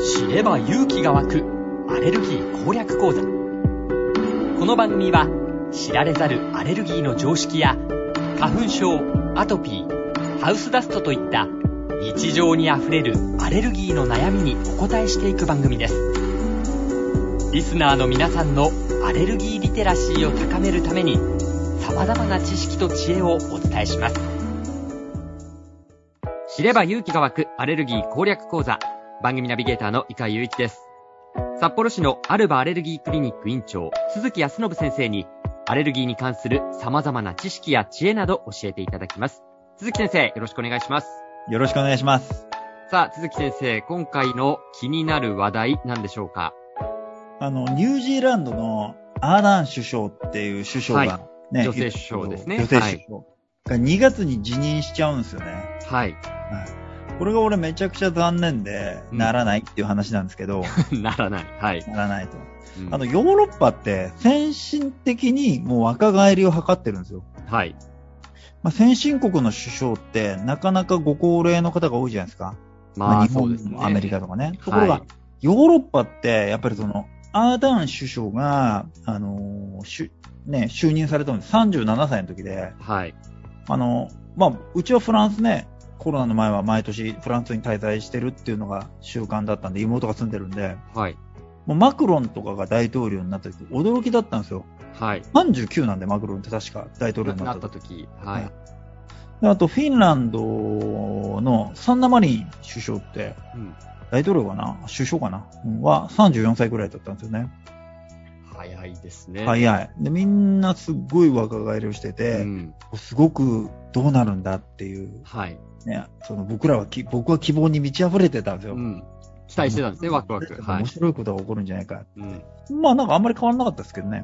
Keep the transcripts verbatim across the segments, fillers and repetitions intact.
知れば勇気が湧くアレルギー攻略講座。この番組は知られざるアレルギーの常識や花粉症、アトピー、ハウスダストといった日常にあふれるアレルギーの悩みにお答えしていく番組です。リスナーの皆さんのアレルギーリテラシーを高めるために様々な知識と知恵をお伝えします。知れば勇気が湧くアレルギー攻略講座、番組ナビゲーターの伊海雄一です。札幌市のアルバアレルギークリニック院長鈴木康信先生にアレルギーに関する様々な知識や知恵など教えていただきます。鈴木先生、よろしくお願いします。 よろしくお願いします。 さあ、鈴木先生、今回の気になる話題何でしょうか？ あの、ニュージーランドのアーダーン首相っていう首相がね、 はい、女性首相ですね。 女性首相がにがつに辞任しちゃうんですよね。 はい。 はい、これが俺めちゃくちゃ残念で、うん、ならないっていう話なんですけど。 ならない。はい。 ならないと。うん、あの、ヨーロッパって先進的にもう若返りを図ってるんですよ。 はい。 まあ、先進国の首相ってなかなかご高齢の方が多いじゃないですか。 まあ、まあ、日本、ね、 アメリカとかね。ところが、はい、ヨーロッパってやっぱりその、アーダーン首相が、あのー、しゅ、ね、就任されたのでさんじゅうななさいの時で、 はい。 あの、まあ、うちはフランスね、コロナの前は毎年フランスに滞在してるっていうのが習慣だったんで、妹が住んでるんで、 はい。 もうマクロンとかが大統領になった時、驚きだったんですよ。 はい。 さんじゅうきゅうなんで、マクロンって確か大統領になった時。はい。 であと、フィンランドのサンナマリン首相って、うん、大統領かな首相かな、うん、はさんじゅうよんさいぐらいだったんですよね。 早いですね。 早い。で、みんなすっごい若返りをしてて、うん、すごくどうなるんだっていう。 はい。 ね、その僕らはき、僕は希望に満ち溢れてたんですよ。うん、 期待してたんですね、ワクワク。 はい。面白いことが起こるんじゃないか。うん、まあなんかあんまり変わらなかったですけどね。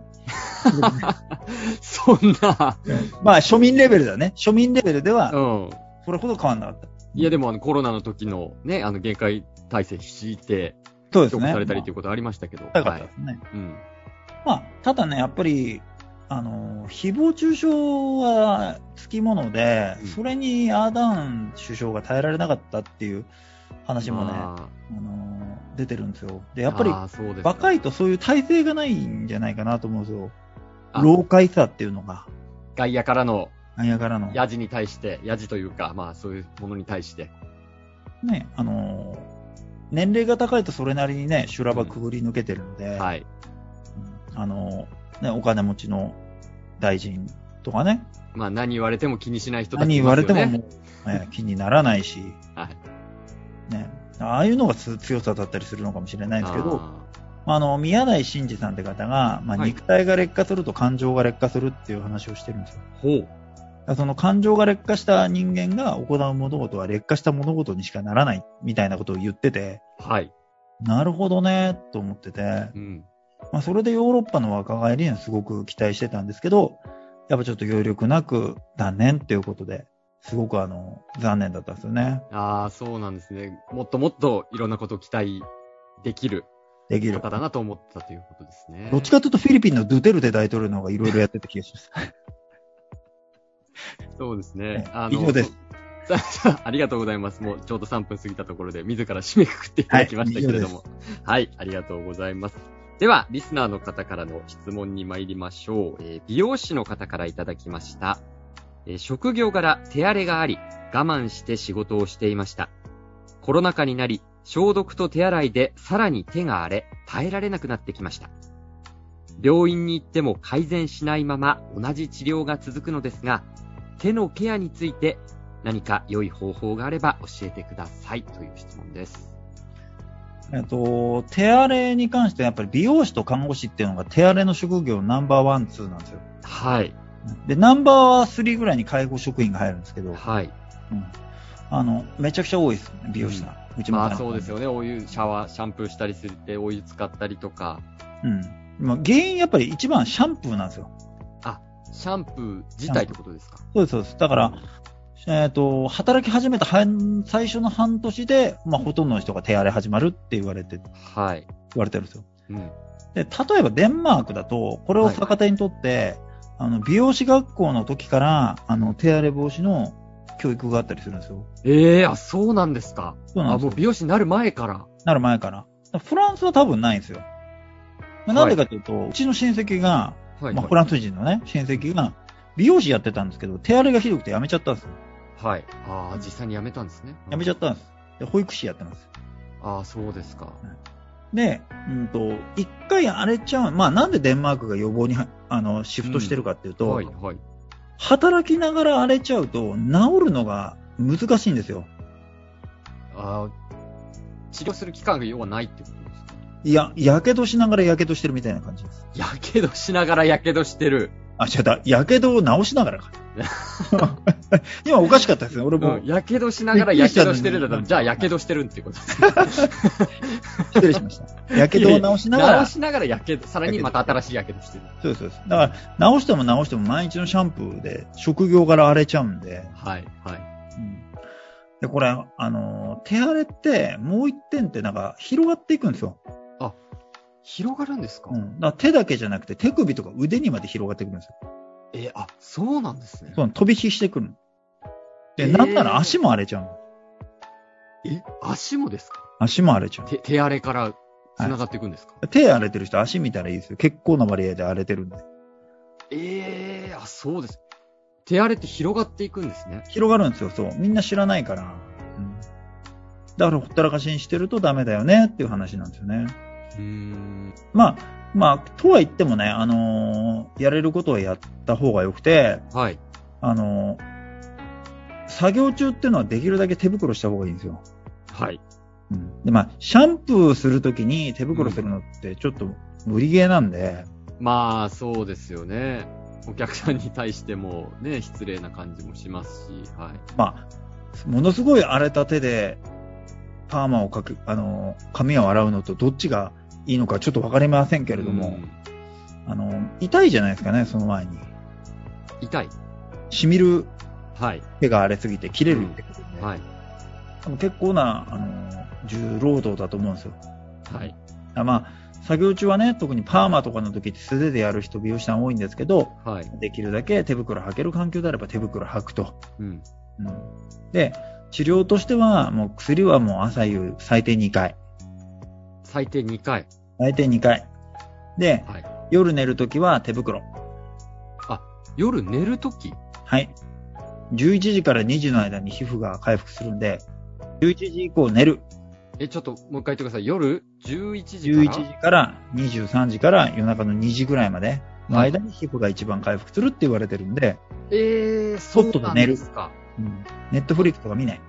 そんな。 まあ庶民レベルだね。庶民レベルでは、うん。それほど変わらなかった。 いやでもあのコロナの時のね、あの限界体制敷いて、 そうですね。 評価されたりということありましたけど。 早かったですね。はい、うん。まあ、ただね、やっぱり、あの、誹謗中傷はつきもので、うん、それにアーダーン首相が耐えられなかったっていう話もね、あの、出てるんですよ。で、やっぱり、若いとそういう体制がないんじゃないかなと思うんですよ。老快さっていうのが。 外野からの、 外野からの。 ヤジに対して、ヤジというか、まあそういうものに対して。 ね、あの、年齢が高いとそれなりにね、修羅場くぐり抜けてるので、うん、はい。あの、ね、お金持ちの大臣とかね。 まあ何言われても気にしない人たちいますよね。 何言われてももう、ね、気にならないし、はい。ね、ああいうのが強さだったりするのかもしれないんですけど、あ, あの、宮台真司さんって方が、まあ、肉体が劣化すると感情が劣化するっていう話をしてるんですよ。 ほう。 その感情が劣化した人間が行う物事は劣化した物事にしかならないみたいなことを言ってて、 はい。 なるほどね、と思ってて、うん。まあ、それでヨーロッパの若返りにはすごく期待してたんですけど、やっぱちょっと余力なく断念っていうことで、すごくあの、残念だったんですよね。 ああ、そうなんですね。もっともっといろんなことを期待できる。できる。方だなと思ったということですね。 どっちかというとフィリピンのドゥテルテ大統領の方がいろいろやってた気がします。 そうですね。 あの以上です。 ありがとうございます。もうちょうどさんぷん過ぎたところで自ら締めくくっていただきましたけれども。はい、はい、ありがとうございます。では、リスナーの方からの質問に参りましょう。えー、美容師の方からいただきました。えー、職業柄手荒れがあり、我慢して仕事をしていました。コロナ禍になり、消毒と手洗いでさらに手が荒れ、耐えられなくなってきました。病院に行っても改善しないまま同じ治療が続くのですが、手のケアについて何か良い方法があれば教えてくださいという質問です。 えっと、手荒れに関してはやっぱり美容師と看護師っていうのが手荒れの職業ナンバーワン、ツーなんですよ。 はい。 で、ナンバースリーぐらいに介護職員が入るんですけど、 はい。 うん、あの、めちゃくちゃ多いですね、美容師さん。 うん、うちも。まあそうですよね。お湯、シャワー、シャンプーしたりするって、お湯使ったりとか。 うん。まあ、原因やっぱり一番シャンプーなんですよ。 あ、シャンプー自体ってことですか？ そうです、そうです。だから、えっと、働き始めた最初の半年で、まあ、ほとんどの人が手荒れ始まるって言われて、 はい。 言われてるんですよ。 うん。 で、例えばデンマークだと、これを逆手にとって、はい、あの、美容師学校の時から、あの、手荒れ防止の教育があったりするんですよ。 ええー、あ、そうなんですか。 そうなんですよ。 あ、もう美容師になる前から。 なる前かな。フランスは多分ないんですよ。まあ、なんでかというと、はい、うちの親戚が、はい、まあ、フランス人のね、親戚が美容師やってたんですけど、手荒れがひどくて辞めちゃったんですよ。 はい。ああ、実際に辞めたんですね。 辞めちゃったんです。で、保育士やってます。 ああ、そうですか。 で、うんと、一回荒れちゃう。まあ、なんでデンマークが予防に、あの、シフトしてるかっていうと、うん、はい、はい。働きながら荒れちゃうと、治るのが難しいんですよ。 ああ、治療する期間が要はないってことですか？ いや、やけどしながらやけどしてるみたいな感じです。 やけどしながらやけどしてる。 あ、違った。やけどを治しながらか。今おかしかったですね、俺も。 やけどしながらやけどしてるんだったら、じゃあやけどしてるっていうことですね。 失礼しました。やけどを治しながら。 治しながらやけど、さらにまた新しいやけどしてる。 そうです、そうです。だから、治しても治しても毎日のシャンプーで職業柄荒れちゃうんで。 はい、はい。 うん、で、これ、あの、手荒れってもう一点ってなんか広がっていくんですよ。 あ、広がるんですか？ うん。だから手だけじゃなくて手首とか腕にまで広がってくるんですよ。 えー、あ、そうなんですね。 そう、飛び火してくるの。で、えー、なんなら足も荒れちゃうの。 え、足もですか？ 足も荒れちゃう。 手、手荒れから繋がっていくんですか？ はい、手荒れてる人足見たらいいですよ。結構な割合で荒れてるんで。 ええー、あ、そうです。手荒れって広がっていくんですね。 広がるんですよ、そう。みんな知らないから。うん、だからほったらかしにしてるとダメだよねっていう話なんですよね。 うーん。 まあ、まあ、とは言ってもね、あのー、やれることはやった方がよくて、 はい。 あのー、作業中っていうのはできるだけ手袋した方がいいんですよ。 はい。 うん、で、まあ、シャンプーするときに手袋するのってちょっと無理ゲーなんで。 うん、まあ、そうですよね。お客さんに対してもね、失礼な感じもしますし、はい。 まあ、ものすごい荒れた手で、パーマをかく、あの、髪を洗うのとどっちがいいのかちょっとわかりませんけれども、うん、あの、痛いじゃないですかね、その前に。 痛い。 染みるはい。 手が荒れすぎて切れるってことで、 うん、はい。 結構な、あの、重労働だと思うんですよ。 はい。 まあ、作業中はね、特にパーマとかの時って素手でやる人、美容師さん多いんですけど、 はい、 できるだけ手袋履ける環境であれば手袋履くと。 うんうん、で、治療としては、もう薬はもう朝夕最低にかい。 最低にかい。 最低にかい。で、はい、夜寝るときは手袋。 あ、夜寝るとき？ はい。じゅういちじからにじの間に皮膚が回復するんで、じゅういちじ以降寝る。 え、ちょっともう一回言ってください。夜じゅういちじから ?じゅういちじからにじゅうさんじから夜中のにじぐらいまでの間に皮膚が一番回復するって言われてるんで、 えー、そうなんですか。 うん。ネットフリックスとか見ない。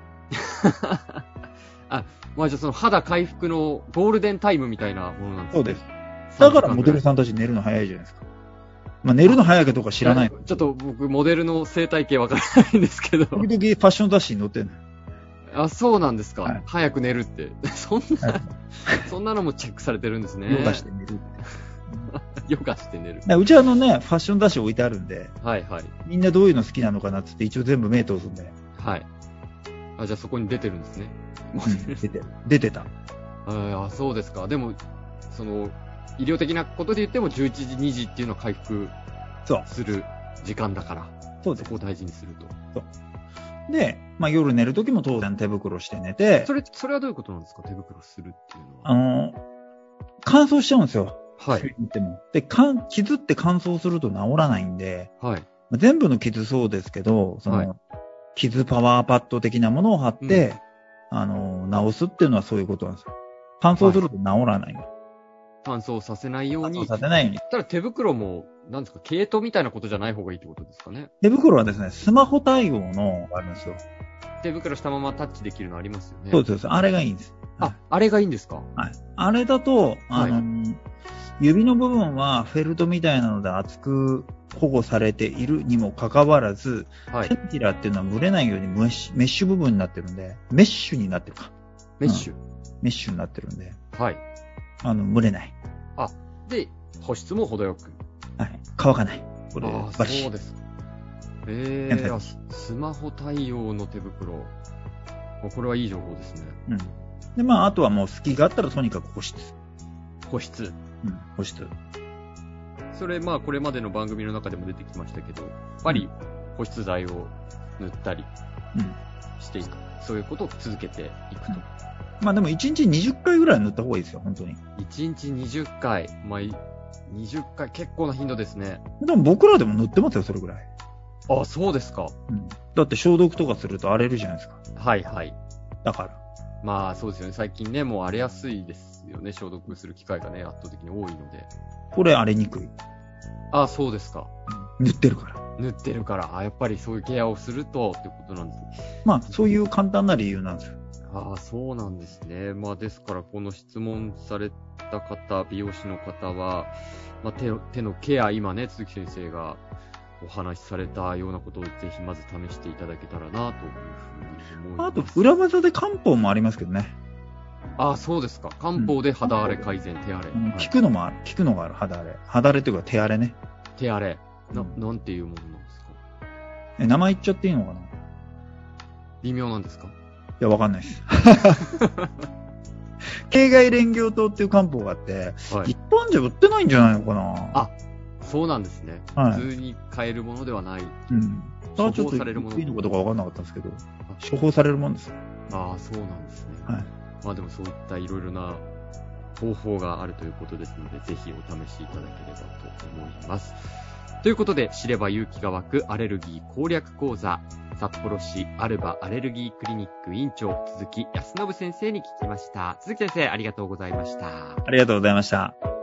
あ、まあじゃあその肌回復のゴールデンタイムみたいなものなんですね。 そうです。だからモデルさんたち寝るの早いじゃないですか。まあ寝るの早いかどうか知らない。 ちょっと僕モデルの生態系わからないんですけど。 時々ファッション雑誌に載ってるの。 あ、そうなんですか。 はい、 早く寝るって。そんな、はい、そんなのもチェックされてるんですね。 ヨガして寝るって。 ヨガして寝る。 うちはあのね、ファッション雑誌置いてあるんで、 はいはい。みんなどういうの好きなのかなってって一応全部目通すんで。 はい。あ、じゃあそこに出てるんですね。 うん、出て、出てた。 あ、そうですか。でも、その、医療的なことで言ってもじゅういちじ、にじっていうのは回復する時間だから。 そうです。 そこを大事にすると。 そう。で、まあ夜寝るときも当然手袋して寝て。 それ、それはどういうことなんですか？手袋するっていうのは。 あの、乾燥しちゃうんですよ。 はい。 でも。で、かん、傷って乾燥すると治らないんで。 はい。 まあ、全部の傷そうですけど、その、はい、傷パワーパッド的なものを貼って、うん、あの、治すっていうのはそういうことなんですよ。乾燥すると治らない。はい、 乾燥させないように。 乾燥させないように。 ただ手袋も、なんですか、毛糸みたいなことじゃない方がいいってことですかね。 手袋はですね、スマホ対応のあるんですよ。 手袋したままタッチできるのありますよね。 そうです。あれがいいんです。 あ、あれがいいんですか？ はい。あれだと、あの、はい、指の部分はフェルトみたいなので厚く保護されているにもかかわらず、はい、テンティラっていうのは蒸れないようにメッシュ、メッシュ部分になってるんで、メッシュになってるか。 メッシュ、うん、 メッシュになってるんで。 はい。 あの、蒸れない。 あ、で、保湿も程よく。 はい。乾かない。これ、 ああ、そうです。ええー、スマホ対応の手袋。これはいい情報ですね。 うん。で、まあ、あとはもう隙があったらとにかく保湿。 保湿。 うん、保湿。 それ、まあ、これまでの番組の中でも出てきましたけど、やっぱり保湿剤を塗ったりしていく。うん、そういうことを続けていくと。 まあでもいちにちにじゅっかいぐらい塗った方がいいですよ、本当に。 いちにちにじゅっかい。まあ、にじゅっかい結構な頻度ですね。 でも僕らでも塗ってますよ、それぐらい。 あ、そうですか。 うん。だって消毒とかすると荒れるじゃないですか。 はいはい。 だから。 まあそうですよね。最近ね、もう荒れやすいですよね。消毒する機会がね、圧倒的に多いので。 これ荒れにくい。 あ、そうですか。 うん、塗ってるから。 塗ってるから。あ、やっぱりそういうケアをするとってことなんですね。 まあそういう簡単な理由なんですよ。 ああ、そうなんですね。まあですから、この質問された方、美容師の方は、まあ手の、手のケア、今ね、鈴木先生がお話しされたようなことをぜひまず試していただけたらな、というふうに思います。 あと、裏技で漢方もありますけどね。 ああ、そうですか。漢方で肌荒れ改善、うん、手荒れ。 うん、効くのもある。効くのがある、肌荒れ。肌荒れというか手荒れね。 手荒れ。な、なんていうものなんですか？ え、名前言っちゃっていいのかな？ 微妙なんですか？ いや、わかんないです。経外連行糖っていう漢方があって、はい、一般じゃ売ってないんじゃないのかな。 あ、そうなんですね。はい、普通に買えるものではない。 うん。処方されるもの。いいのかどうかわかんなかったんですけど、処方されるもんです。 ああ、そうなんですね。 はい。 まあでもそういったいろいろな方法があるということですので、ぜひお試しいただければと思います。ということで、知れば勇気が湧くアレルギー攻略講座、札幌市アルバアレルギークリニック院長、鈴木康信先生に聞きました。鈴木先生、ありがとうございました。 ありがとうございました。